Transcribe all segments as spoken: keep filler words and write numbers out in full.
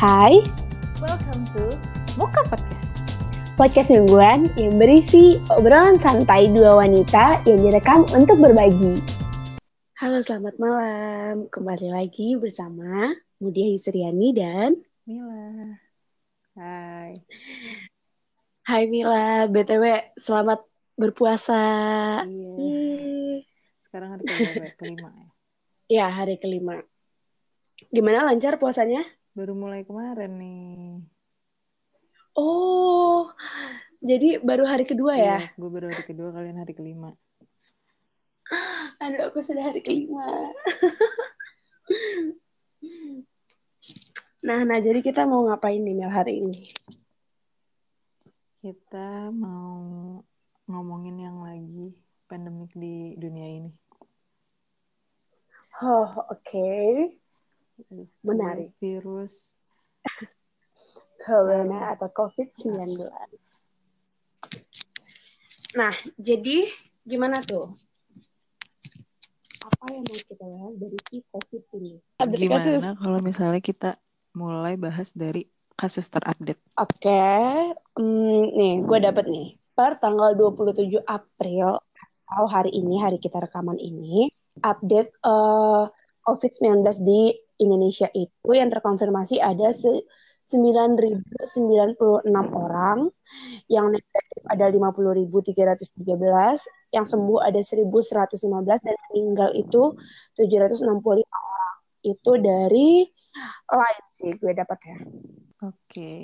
Hai, Welcome to Muka Podcast. podcast mingguan yang berisi obrolan santai dua wanita yang direkam untuk berbagi. Halo, selamat malam. Kembali lagi bersama Mudia Yusriani dan Mila. Hai. Hai Mila, B T W selamat berpuasa. Iya. Yeay. Sekarang hari keberapa ya? Kelima ya? Ya, hari kelima. Gimana, lancar puasanya? Baru mulai kemarin nih. Oh, jadi baru hari kedua ya? Iya, gue baru hari kedua, kalian hari kelima. Aduh, aku sudah hari kelima. Nah, nah jadi kita mau ngapain nih Mel hari ini? Kita mau ngomongin yang lagi pandemik di dunia ini. Oh, oke. Okay. Menarik. Virus Corona atau covid sembilan belas. Nah, jadi gimana tuh? Apa yang mau kita bahas dari si COVID ini? Update Gimana kasus. kalau misalnya kita mulai bahas dari kasus terupdate? Oke, okay. hmm, nih gue dapet nih. Per tanggal dua puluh tujuh April, atau hari ini, hari kita rekaman ini, update uh, covid sembilan belas di Indonesia itu yang terkonfirmasi ada sembilan ribu sembilan puluh enam orang, yang negatif ada lima puluh ribu tiga ratus tiga belas, yang sembuh ada seribu seratus lima belas, dan meninggal itu tujuh ratus enam puluh lima orang. Itu dari lain sih gue dapat ya. Oke. Okay.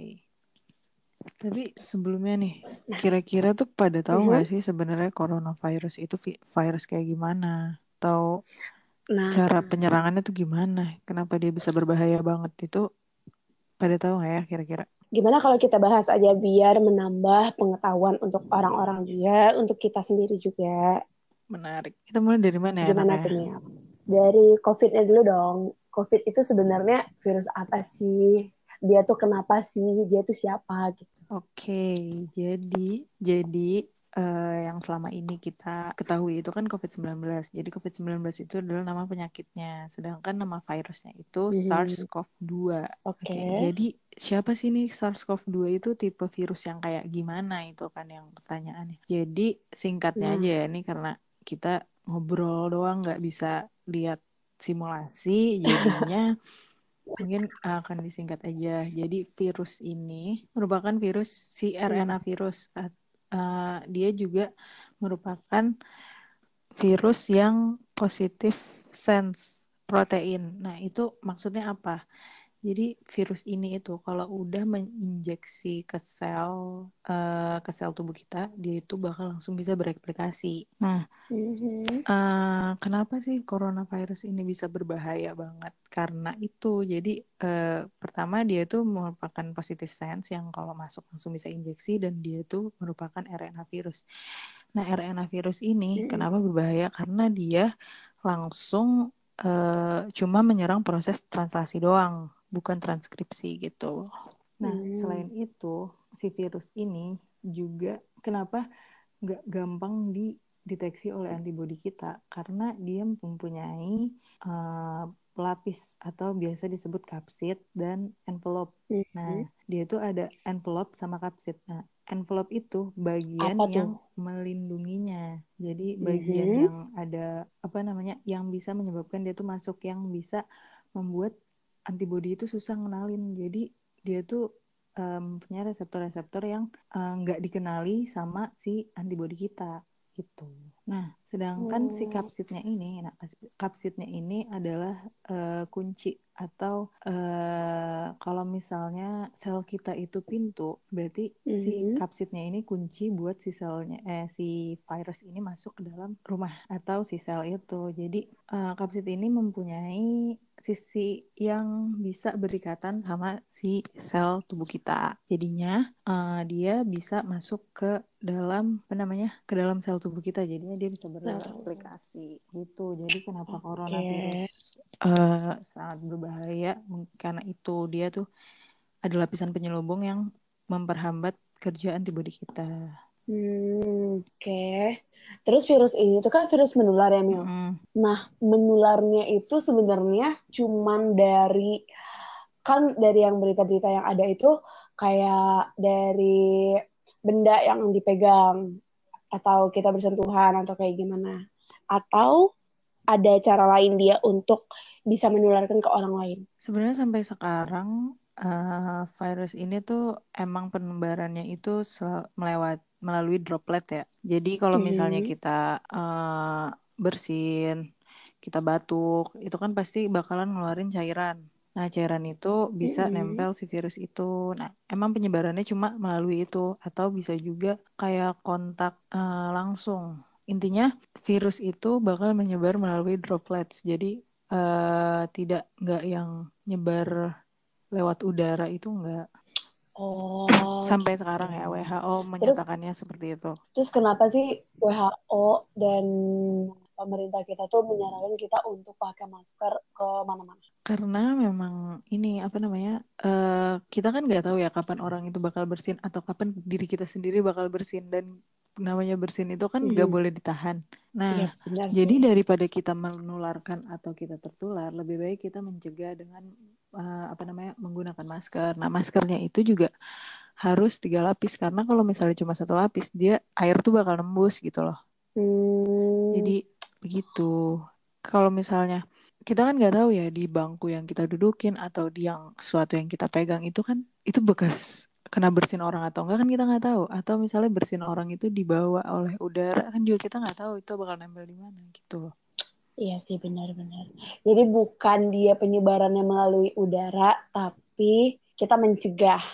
Tapi sebelumnya nih, kira-kira tuh pada tahu nggak mm-hmm. sih sebenarnya coronavirus itu virus kayak gimana? Atau nah, cara penyerangannya tuh gimana? Kenapa dia bisa berbahaya banget itu? Pada tahu nggak ya kira-kira? Gimana kalau kita bahas aja biar menambah pengetahuan untuk orang-orang juga, untuk kita sendiri juga. Menarik. Kita mulai dari mana ya? Gimana anaknya? tuh nih? Dari COVID-nya dulu dong. COVID itu sebenarnya virus apa sih? Dia tuh kenapa sih? Dia tuh siapa gitu? Oke, jadi jadi uh, yang selama ini kita ketahui itu kan covid sembilan belas. Jadi covid sembilan belas itu adalah nama penyakitnya, sedangkan nama virusnya itu mm-hmm. SARS-CoV dua. Oke. Okay. Okay, jadi siapa sih nih SARS-CoV dua itu tipe virus yang kayak gimana itu kan yang pertanyaannya. Jadi singkatnya nah. aja ya, ini karena kita ngobrol doang nggak bisa lihat simulasi, jadinya mungkin akan disingkat aja. Jadi virus ini merupakan virus si R N A virus. Uh, dia juga merupakan virus yang positif sense protein. Nah, itu maksudnya apa? Jadi virus ini itu kalau udah menginjeksi ke sel uh, ke sel tubuh kita, dia itu bakal langsung bisa bereplikasi. Nah, mm-hmm. uh, kenapa sih coronavirus ini bisa berbahaya banget? Karena itu. Jadi uh, pertama dia itu merupakan positive sense yang kalau masuk langsung bisa injeksi, dan dia itu merupakan R N A virus. Nah, R N A virus ini mm-hmm. kenapa berbahaya? Karena dia langsung uh, cuma menyerang proses translasi doang, bukan transkripsi gitu. Nah, hmm. selain itu, si virus ini juga kenapa nggak gampang dideteksi oleh antibodi kita? Karena dia mempunyai uh, pelapis atau biasa disebut kapsid dan envelope. Hmm. Nah, dia itu ada envelope sama kapsid. Nah, envelope itu bagian yang melindunginya. Jadi bagian mm-hmm. yang ada apa namanya, yang bisa menyebabkan dia tuh masuk, yang bisa membuat antibodi itu susah ngenalin. Jadi dia tuh um, punya reseptor-reseptor yang nggak um, dikenali sama si antibodi kita gitu. Nah, sedangkan hmm. si kapsidnya ini, nah kapsidnya ini adalah uh, kunci atau uh, kalau misalnya sel kita itu pintu, berarti mm-hmm. si kapsidnya ini kunci buat si selnya eh si virus ini masuk ke dalam rumah atau si sel itu. Jadi uh, kapsid ini mempunyai sisi yang bisa berikatan sama si sel tubuh kita. Jadinya uh, dia bisa masuk ke dalam apa namanya? ke dalam sel tubuh kita. Jadinya dia bisa beraplikasi gitu. Jadi kenapa okay. coronavirus uh, sangat berbahaya? Karena itu dia tuh ada lapisan penyelubung yang memperhambat kerja antibodi kita. Hmm, Oke. Okay. Terus virus ini tuh kan virus menular ya, Mil. Mm. Nah, menularnya itu sebenarnya cuman dari kan dari yang berita-berita yang ada itu kayak dari benda yang dipegang atau kita bersentuhan atau kayak gimana. Atau ada cara lain dia untuk bisa menularkan ke orang lain. Sebenarnya sampai sekarang uh, virus ini tuh emang penyebarannya itu melewat melalui droplet ya. Jadi kalau misalnya Mm-hmm. kita uh, bersin, kita batuk, itu kan pasti bakalan ngeluarin cairan. Nah, cairan itu bisa Mm-hmm. nempel si virus itu. Nah, emang penyebarannya cuma melalui itu atau bisa juga kayak kontak uh, langsung. Intinya virus itu bakal menyebar melalui droplets. Jadi uh, tidak nggak yang nyebar lewat udara itu nggak. Oh Sampai gitu. sekarang ya W H O Terus menyatakannya seperti itu. terus kenapa sih W H O dan pemerintah kita tuh menyarankan kita untuk pakai masker ke mana-mana? Karena memang ini apa namanya uh, kita kan nggak tahu ya kapan orang itu bakal bersin atau kapan diri kita sendiri bakal bersin dan namanya bersin itu kan nggak Mm-hmm. boleh ditahan. Nah, Iya benar jadi sih. daripada kita menularkan atau kita tertular, lebih baik kita mencegah dengan uh, apa namanya menggunakan masker. Nah, maskernya itu juga harus tiga lapis karena kalau misalnya cuma satu lapis dia air tuh bakal nembus gitu loh. Jadi Hmm, begitu. Kalau misalnya kita kan nggak tahu ya di bangku yang kita dudukin atau di yang sesuatu yang kita pegang itu kan itu bekas kena bersin orang atau enggak kan kita nggak tahu. Atau misalnya bersin orang itu dibawa oleh udara kan juga kita nggak tahu itu bakal nempel di mana gitu loh. iya sih benar-benar. Jadi bukan dia penyebarannya melalui udara, tapi kita mencegah,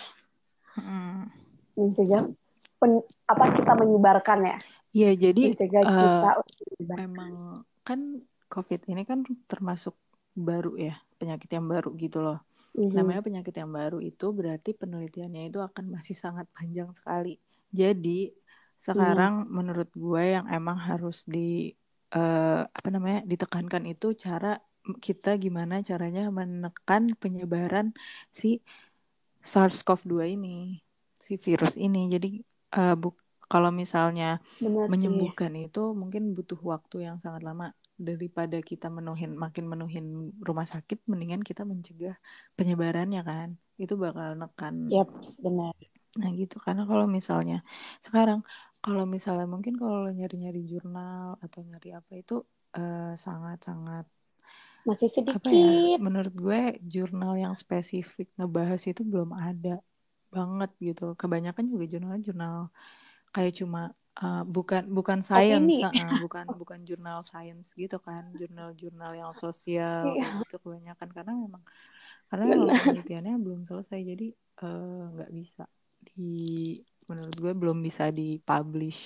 Hmm. mencegah pen, apa kita menyebarkan ya, Ya jadi mencegah uh, kita untuk menyebarkan. emang kan COVID ini kan termasuk baru ya penyakit yang baru gitu loh. Mm-hmm. Namanya penyakit yang baru itu berarti penelitiannya itu akan masih sangat panjang sekali. Jadi Benar. sekarang menurut gue yang emang harus di uh, apa namanya ditekankan itu cara kita gimana caranya menekan penyebaran si SARS-CoV dua ini, si virus ini. Jadi uh, bu- kalau misalnya Benar sih. menyembuhkan itu mungkin butuh waktu yang sangat lama daripada kita menuhin makin menuhin rumah sakit, mendingan kita mencegah penyebarannya kan. Itu bakal nekan. Yap, benar. Nah gitu karena kalau misalnya sekarang kalau misalnya mungkin kalau nyari-nyari jurnal atau nyari apa itu uh, sangat-sangat Masih apa ya? sedikit. Menurut gue jurnal yang spesifik ngebahas itu belum ada banget gitu. Kebanyakan juga jurnal-jurnal kayak cuma uh, bukan bukan science, Opini. uh, bukan bukan jurnal science gitu kan, jurnal-jurnal yang sosial kayak Iya, gitu kebanyakan karena memang karena memang benar. penelitiannya belum selesai jadi uh, nggak bisa di menurut gue belum bisa dipublish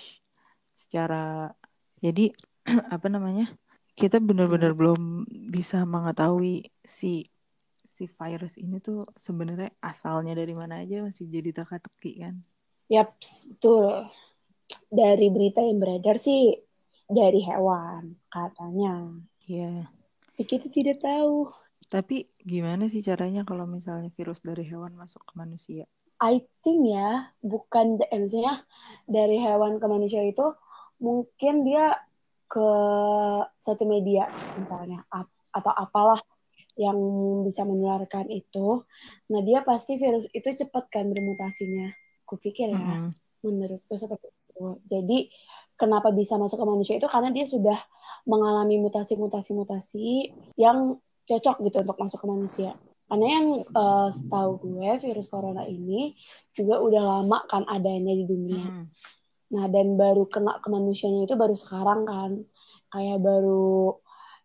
secara jadi apa namanya kita benar-benar Gimana? belum bisa mengetahui si si virus ini tuh sebenarnya asalnya dari mana aja masih jadi teka-teki kan. Yap, betul. Dari berita yang beredar sih dari hewan katanya. Iya. Tapi kita tidak tahu. Tapi gimana sih caranya kalau misalnya virus dari hewan masuk ke manusia? I think ya, bukan eh, maksudnya dari hewan ke manusia itu mungkin dia ke suatu media misalnya ap- atau apalah yang bisa menularkan itu. Nah, dia pasti virus itu cepat kan bermutasinya. Kupikir ya, Mm-mm. menurutku seperti itu. Jadi, kenapa bisa masuk ke manusia itu karena dia sudah mengalami mutasi-mutasi-mutasi yang cocok gitu untuk masuk ke manusia. Karena yang uh, setahu gue virus corona ini juga udah lama kan adanya di dunia. Mm-mm. Nah, dan baru kena ke manusianya itu baru sekarang kan. Kayak baru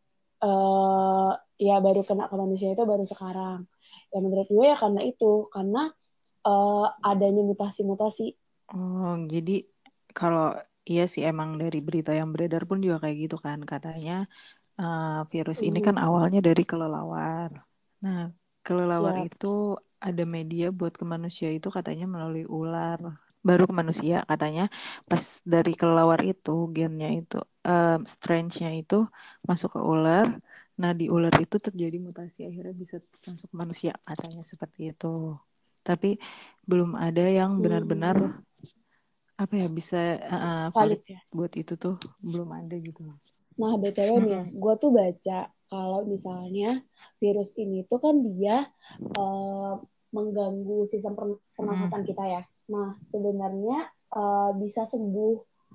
uh, ya baru kena ke manusia itu baru sekarang. Ya menurut gue ya karena itu, karena uh, adanya mutasi-mutasi. Oh, jadi kalau iya sih emang dari berita yang beredar pun juga kayak gitu kan katanya uh, virus ini kan Mm-hmm. awalnya dari kelelawar. Nah, kelelawar Ya, itu ada media buat ke manusia itu katanya melalui ular. Baru ke manusia katanya pas dari kelelawar itu gennya itu um, strange-nya itu masuk ke ular. Nah, di ular itu terjadi mutasi akhirnya bisa masuk ke manusia katanya seperti itu. Tapi belum ada yang benar-benar mm, apa ya bisa uh, valid valid ya. buat itu tuh belum ada gitu. Nah, B T W nih ya, Mm-mm. gue tuh baca. kalau misalnya virus ini tuh kan dia uh, mengganggu sistem pernafasan Hmm. kita ya. Nah, sebenarnya uh, bisa sembuh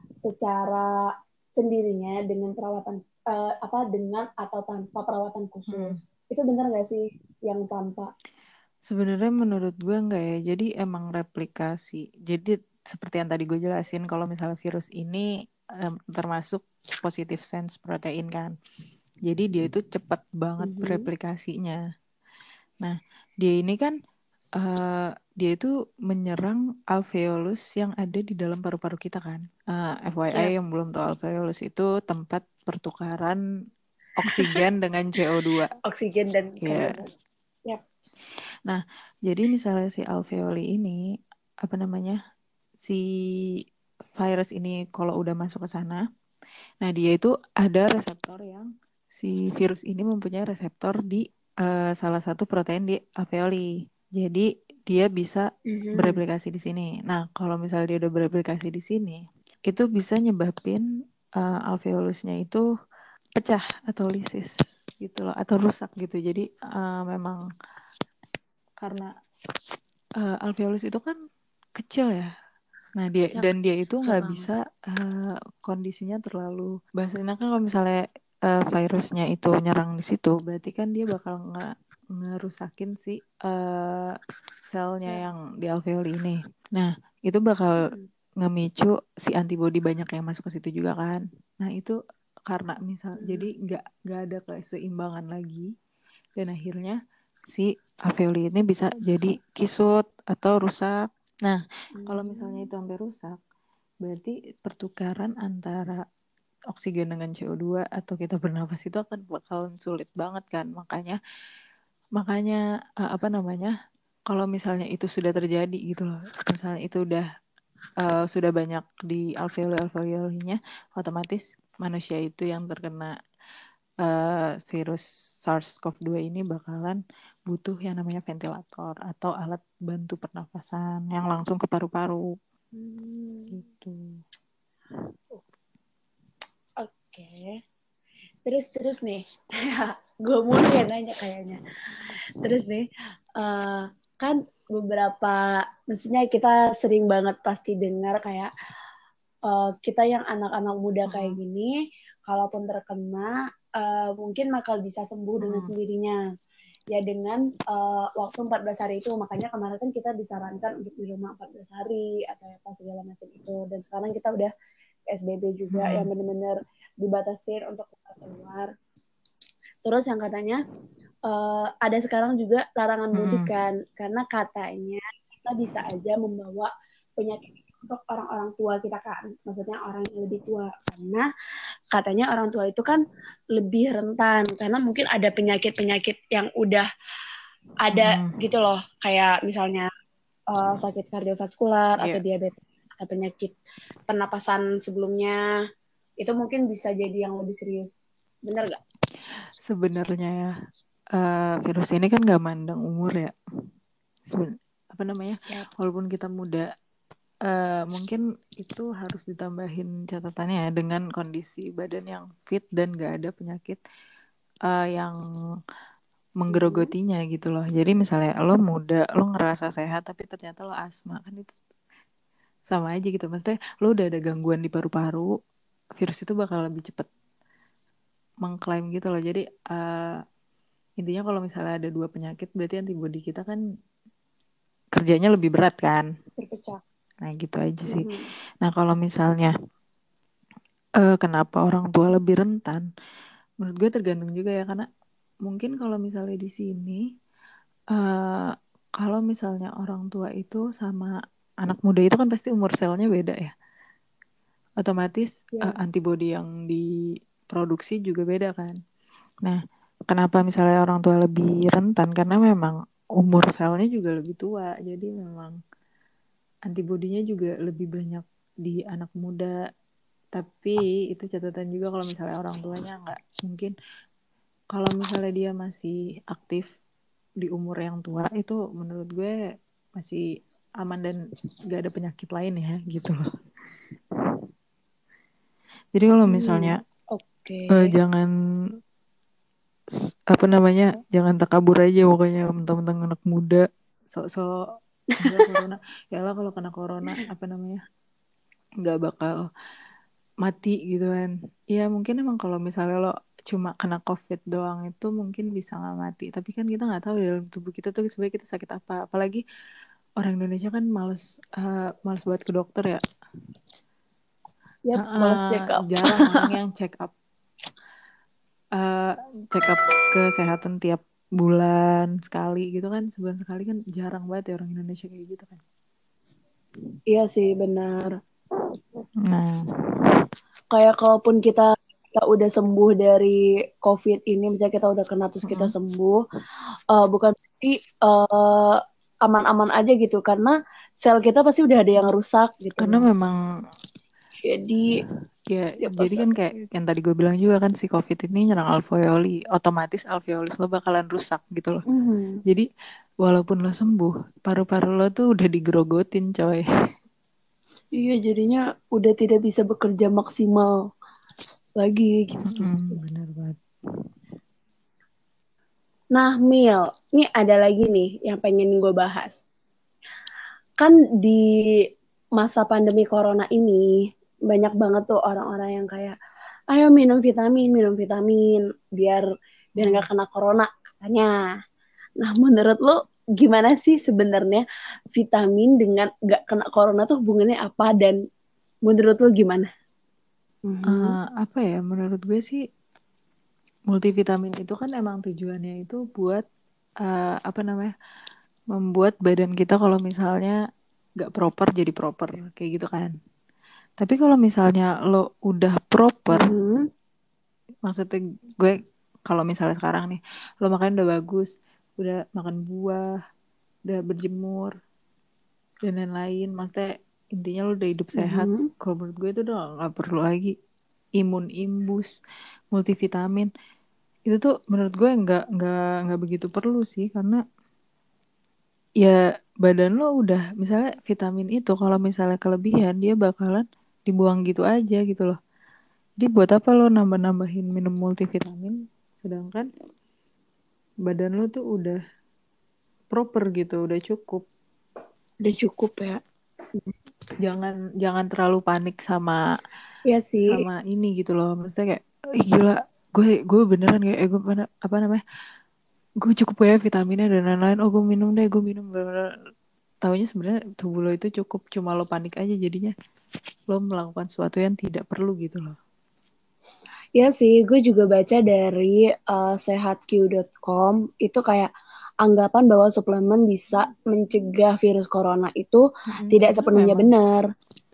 secara sendirinya dengan perawatan uh, apa dengan atau tanpa perawatan Hmm. khusus. Itu benar nggak sih yang tanpa? Sebenarnya menurut gue enggak ya. Jadi emang replikasi. Jadi seperti yang tadi gue jelasin, kalau misalnya virus ini um, termasuk positive sense protein kan. Jadi dia itu cepat banget Mm-hmm. bereplikasinya. Nah, dia ini kan uh, dia itu menyerang alveolus yang ada di dalam paru-paru kita kan. Uh, F Y I Yep. yang belum tahu, alveolus itu tempat pertukaran oksigen dengan C O dua. Oksigen dan Ya. karbon. Yep. Nah, jadi misalnya si alveoli ini apa namanya? Si virus ini kalau udah masuk ke sana, nah dia itu ada reseptor yang si virus ini mempunyai reseptor di uh, salah satu protein di alveoli. Jadi dia bisa Mm-hmm. bereplikasi di sini. Nah, kalau misalnya dia udah bereplikasi di sini, itu bisa nyebabin uh, alveolusnya itu pecah atau lisis gitu loh, atau rusak gitu. Jadi uh, memang karena uh, alveolus itu kan kecil ya. Nah dia Ya, dan dia itu kecil nggak banget. bisa uh, kondisinya terlalu bahasanya kan kalau misalnya uh, virusnya itu nyerang di situ, berarti kan dia bakal nge ngerusakin si uh, selnya Sel. yang di alveoli ini. Nah itu bakal Mm-hmm. ngemicu si antibodi banyak yang masuk ke situ juga kan. Nah itu karena misal jadi Mm-hmm. nggak nggak ada keseimbangan lagi dan akhirnya si alveoli ini bisa jadi kisut atau rusak. Nah, kalau misalnya itu sampai rusak, berarti pertukaran antara oksigen dengan C O dua atau kita bernafas itu akan bakalan sulit banget kan. Makanya makanya uh, apa namanya? Kalau misalnya itu sudah terjadi gitu loh. Misalnya itu udah uh, sudah banyak di alveoli-alveolinya, otomatis manusia itu yang terkena uh, virus SARS-CoV dua ini bakalan butuh yang namanya ventilator atau alat bantu pernafasan yang langsung ke paru-paru Hmm. gitu. Oke. Okay. Terus terus nih, gue mulu ya nanya kayaknya. Terus nih, uh, kan beberapa, maksudnya kita sering banget pasti dengar kayak uh, kita yang anak-anak muda kayak Mm-mm. gini, kalaupun terkena, uh, mungkin bakal bisa sembuh dengan Mm-mm. sendirinya. Ya dengan uh, waktu empat belas hari itu, makanya kemarin kan kita disarankan untuk di rumah empat belas hari atau apa segala macam itu. Dan sekarang kita udah P S B B juga yang Mm-mm. benar-benar dibatasin untuk keluar. Terus yang katanya uh, ada sekarang juga larangan mudik Mm-mm. kan, karena katanya kita bisa aja membawa penyakit untuk orang-orang tua kita kan, maksudnya orang yang lebih tua, karena katanya orang tua itu kan lebih rentan karena mungkin ada penyakit-penyakit yang udah ada Mm-mm. gitu loh, kayak misalnya uh, sakit kardiovaskular atau Iya, diabetes atau penyakit pernapasan sebelumnya, itu mungkin bisa jadi yang lebih serius. Bener gak? sebenarnya ya uh, virus ini kan nggak mandang umur ya. Seben- apa namanya? Ya. Walaupun kita muda, uh, mungkin itu harus ditambahin catatannya ya dengan kondisi badan yang fit dan nggak ada penyakit uh, yang Mm-hmm. menggerogotinya gitu loh. Jadi misalnya lo muda, lo ngerasa sehat tapi ternyata lo asma, kan itu sama aja gitu. Maksudnya lo udah ada gangguan di paru-paru, virus itu bakal lebih cepat mengklaim gitu loh. Jadi uh, intinya kalau misalnya ada dua penyakit, berarti antibodi kita kan kerjanya lebih berat kan. Terpecah. Nah gitu aja sih. Mm-hmm. Nah kalau misalnya uh, kenapa orang tua lebih rentan, menurut gue tergantung juga ya, karena mungkin kalau misalnya di sini uh, kalau misalnya orang tua itu sama anak muda itu kan pasti umur selnya beda ya. Otomatis uh, Ya. antibodi yang diproduksi juga beda kan. Nah, kenapa misalnya orang tua lebih rentan? Karena memang umur selnya juga lebih tua. Jadi memang antibodinya juga lebih banyak di anak muda. Tapi itu catatan juga kalau misalnya orang tuanya nggak mungkin. Kalau misalnya dia masih aktif di umur yang tua, itu menurut gue masih aman dan nggak ada penyakit lain ya gitu loh. Jadi kalau misalnya Hmm. Oke. uh, Okay. jangan apa namanya, jangan takabur aja pokoknya, mentang-mentang anak muda sok-sok enggak corona. Ya lah, kalau kena corona apa namanya, nggak bakal mati gitu kan. Ya mungkin emang kalau misalnya lo cuma kena covid doang itu mungkin bisa nggak mati, tapi kan kita nggak tahu di dalam tubuh kita tuh sebenarnya kita sakit apa. Apalagi orang Indonesia kan males, uh, males buat ke dokter ya. Yap, males check Uh, up. jarang orang yang check up, uh, check up kesehatan tiap bulan sekali gitu kan, sebulan sekali kan jarang banget ya orang Indonesia kayak gitu kan. Iya sih, benar. Nah, Kayak kalaupun kita kita udah sembuh dari COVID ini, misalnya kita udah kena terus kita mm-mm. sembuh, uh, bukan berarti uh, aman-aman aja gitu, karena sel kita pasti udah ada yang rusak gitu Karena loh. memang Jadi ya, ya jadi pas kan kayak yang tadi gue bilang juga kan, si COVID ini nyerang alveoli, otomatis alveolus lo bakalan rusak gitu loh. mm, Jadi walaupun lo sembuh, paru-paru lo tuh udah digerogotin coy. iya jadinya udah tidak bisa bekerja maksimal lagi gitu. Mm-mm, bener banget. Nah, Mil, ini ada lagi nih yang pengen gue bahas. Kan di masa pandemi corona ini banyak banget tuh orang-orang yang kayak ayo minum vitamin, minum vitamin biar biar Mm. nggak kena corona katanya. Nah, menurut lo gimana sih sebenarnya vitamin dengan nggak kena corona tuh hubungannya apa dan menurut lo gimana? Mhm. Uh, apa ya, menurut gue sih multivitamin itu kan emang tujuannya itu buat uh, apa namanya, membuat badan kita kalau misalnya nggak proper jadi proper kayak gitu kan. Tapi kalau misalnya lo udah proper, Mhm. maksudnya gue kalau misalnya sekarang nih lo makan udah bagus, udah makan buah, udah berjemur dan lain-lain, maksudnya intinya lo udah hidup sehat. Mhm. Kalau menurut gue itu udah nggak perlu lagi imun imbus multivitamin. Itu tuh menurut gue nggak nggak nggak begitu perlu sih, karena ya badan lo udah, misalnya vitamin itu kalau misalnya kelebihan dia bakalan dibuang gitu aja gitu loh. Jadi buat apa lo nambah-nambahin minum multivitamin sedangkan badan lo tuh udah proper gitu, udah cukup. Udah cukup ya. Jangan jangan terlalu panik sama Iya sih. sama ini gitu loh. Maksudnya kayak ih gila, gue gue beneran kayak eh, gue apa, apa namanya? Gue cukup ya vitaminnya dan lain-lain. Oh, gue minum deh, gue minum bener-bener. Taunya sebenarnya tubuh lo itu cukup, cuma lo panik aja jadinya lo melakukan sesuatu yang tidak perlu gitu loh. Ya sih, gue juga baca dari uh, sehatq dot com itu kayak anggapan bahwa suplemen bisa mencegah virus corona itu Mm-mm, tidak karena sepenuhnya memang benar.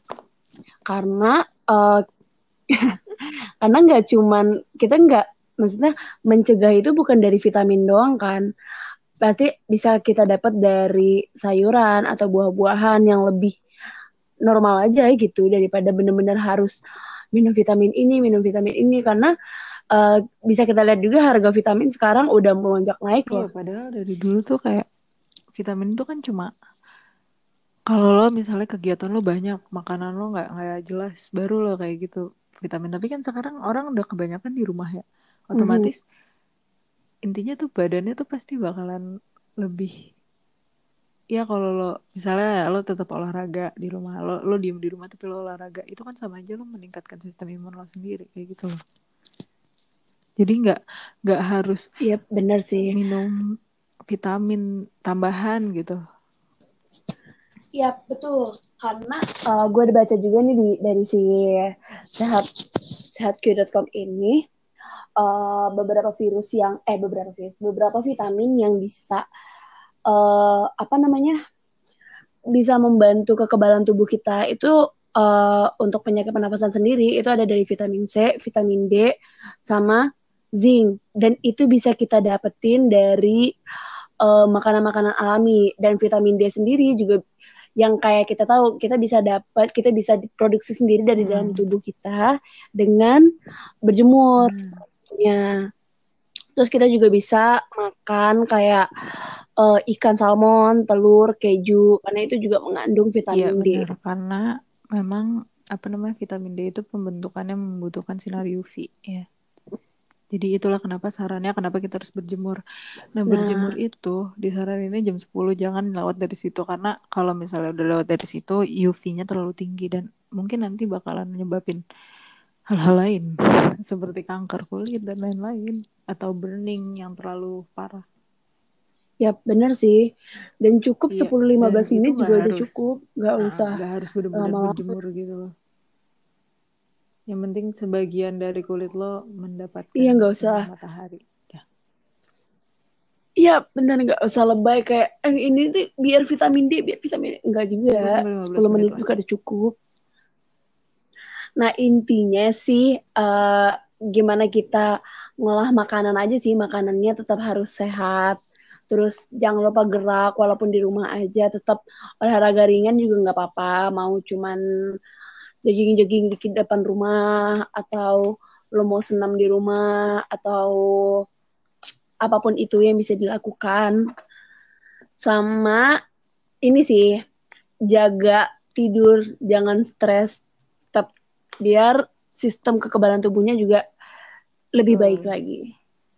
Karena uh, karena nggak cuman kita nggak maksudnya mencegah itu bukan dari vitamin doang kan. Pasti bisa kita dapat dari sayuran atau buah-buahan yang lebih normal aja gitu daripada benar-benar harus minum vitamin ini, minum vitamin ini karena uh, bisa kita lihat juga harga vitamin sekarang udah melonjak naik iya, loh. padahal dari dulu tuh kayak vitamin itu kan cuma kalau lo misalnya kegiatan lo banyak, makanan lo nggak nggak jelas, baru lo kayak gitu vitamin. Tapi kan sekarang orang udah kebanyakan di rumah ya, Mm-hmm. otomatis intinya tuh badannya tuh pasti bakalan lebih, ya kalau lo misalnya lo tetap olahraga di rumah, lo lo diem di rumah tapi lo olahraga, itu kan sama aja lo meningkatkan sistem imun lo sendiri kayak gitu loh. Jadi nggak nggak harus Iya benar sih. minum vitamin tambahan gitu. Iya betul. Karena uh, gue udah baca juga nih di, dari si sehat sehatq dot com ini uh, beberapa virus yang eh beberapa virus beberapa vitamin yang bisa uh, apa namanya bisa membantu kekebalan tubuh kita itu uh, untuk penyakit pernapasan sendiri itu ada dari vitamin C, vitamin D, sama zinc dan itu bisa kita dapetin dari uh, makanan-makanan alami dan vitamin D sendiri juga yang kayak kita tahu kita bisa dapat kita bisa produksi sendiri dari dalam Hmm. tubuh kita dengan berjemur Hmm. ya. Terus kita juga bisa makan kayak uh, ikan salmon, telur, keju, karena itu juga mengandung Iya vitamin D. benar, karena memang apa namanya, vitamin D itu pembentukannya membutuhkan sinar U V ya. Jadi itulah kenapa sarannya kenapa kita harus berjemur. Nah, berjemur Nah, itu disaraninnya jam sepuluh, jangan lewat dari situ karena kalau misalnya udah lewat dari situ U V-nya terlalu tinggi dan mungkin nanti bakalan nyebabin hal-hal lain seperti kanker kulit dan lain-lain atau burning yang terlalu parah. ya benar sih. Dan cukup Iya, sepuluh dan sampai lima belas itu menit nggak juga udah harus cukup. Nggak uh, usah nggak harus benar-benar lama-lama. berjemur gitu loh. Yang penting sebagian dari kulit lo Iya, mendapatkan nggak usah. sinar matahari. Ya. Iya, benar, nggak usah lebay kayak eh, ini tuh biar vitamin D, biar vitamin D. Enggak juga. sepuluh sampai lima belas sepuluh menit menit lah. juga udah cukup. Nah, intinya sih uh, gimana kita ngolah makanan aja sih. Makanannya tetap harus sehat. Terus jangan lupa gerak walaupun di rumah aja. Tetap olahraga ringan juga nggak apa-apa. Mau cuman jogging-jogging di depan rumah atau lo mau senam di rumah atau apapun itu yang bisa dilakukan. Sama ini sih, jaga tidur, jangan stres, tetap biar sistem kekebalan tubuhnya juga lebih baik Betul. lagi.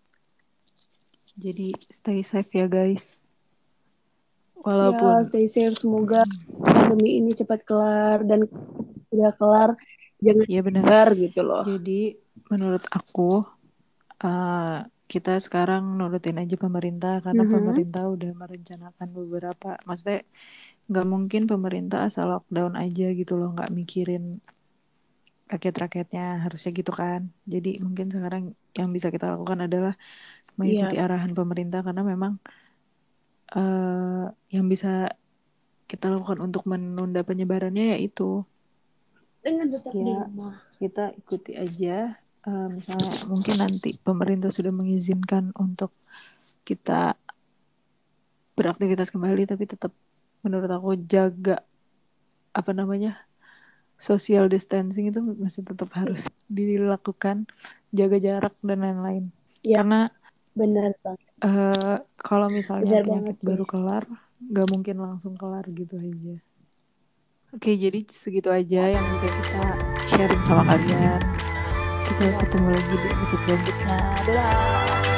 Jadi stay safe ya guys. Ya, Walaupun stay safe. Semoga pandemi ini cepat kelar dan udah kelar jangan ya benar. kelar gitu loh. Jadi menurut aku uh, kita sekarang nurutin aja pemerintah karena Mm-hmm. pemerintah udah merencanakan beberapa. Maksudnya nggak mungkin pemerintah asal lockdown aja gitu loh, nggak mikirin rakyat-rakyatnya, harusnya gitu kan. Jadi mungkin sekarang yang bisa kita lakukan adalah mengikuti Iya, arahan pemerintah karena memang uh, yang bisa kita lakukan untuk menunda penyebarannya yaitu dengan tetap di ya rumah. kita ikuti aja. Uh, misalnya mungkin nanti pemerintah sudah mengizinkan untuk kita beraktivitas kembali, tapi tetap menurut aku jaga apa namanya social distancing itu masih tetap harus dilakukan, jaga jarak dan lain-lain. Ya, Karena benar banget. uh, kalau misalnya Benar banget penyakit sih. baru kelar, nggak mungkin langsung kelar gitu aja. Oke, jadi segitu aja yang bisa kita sharing sama kalian. Kita ketemu lagi di episode selanjutnya. Dadah!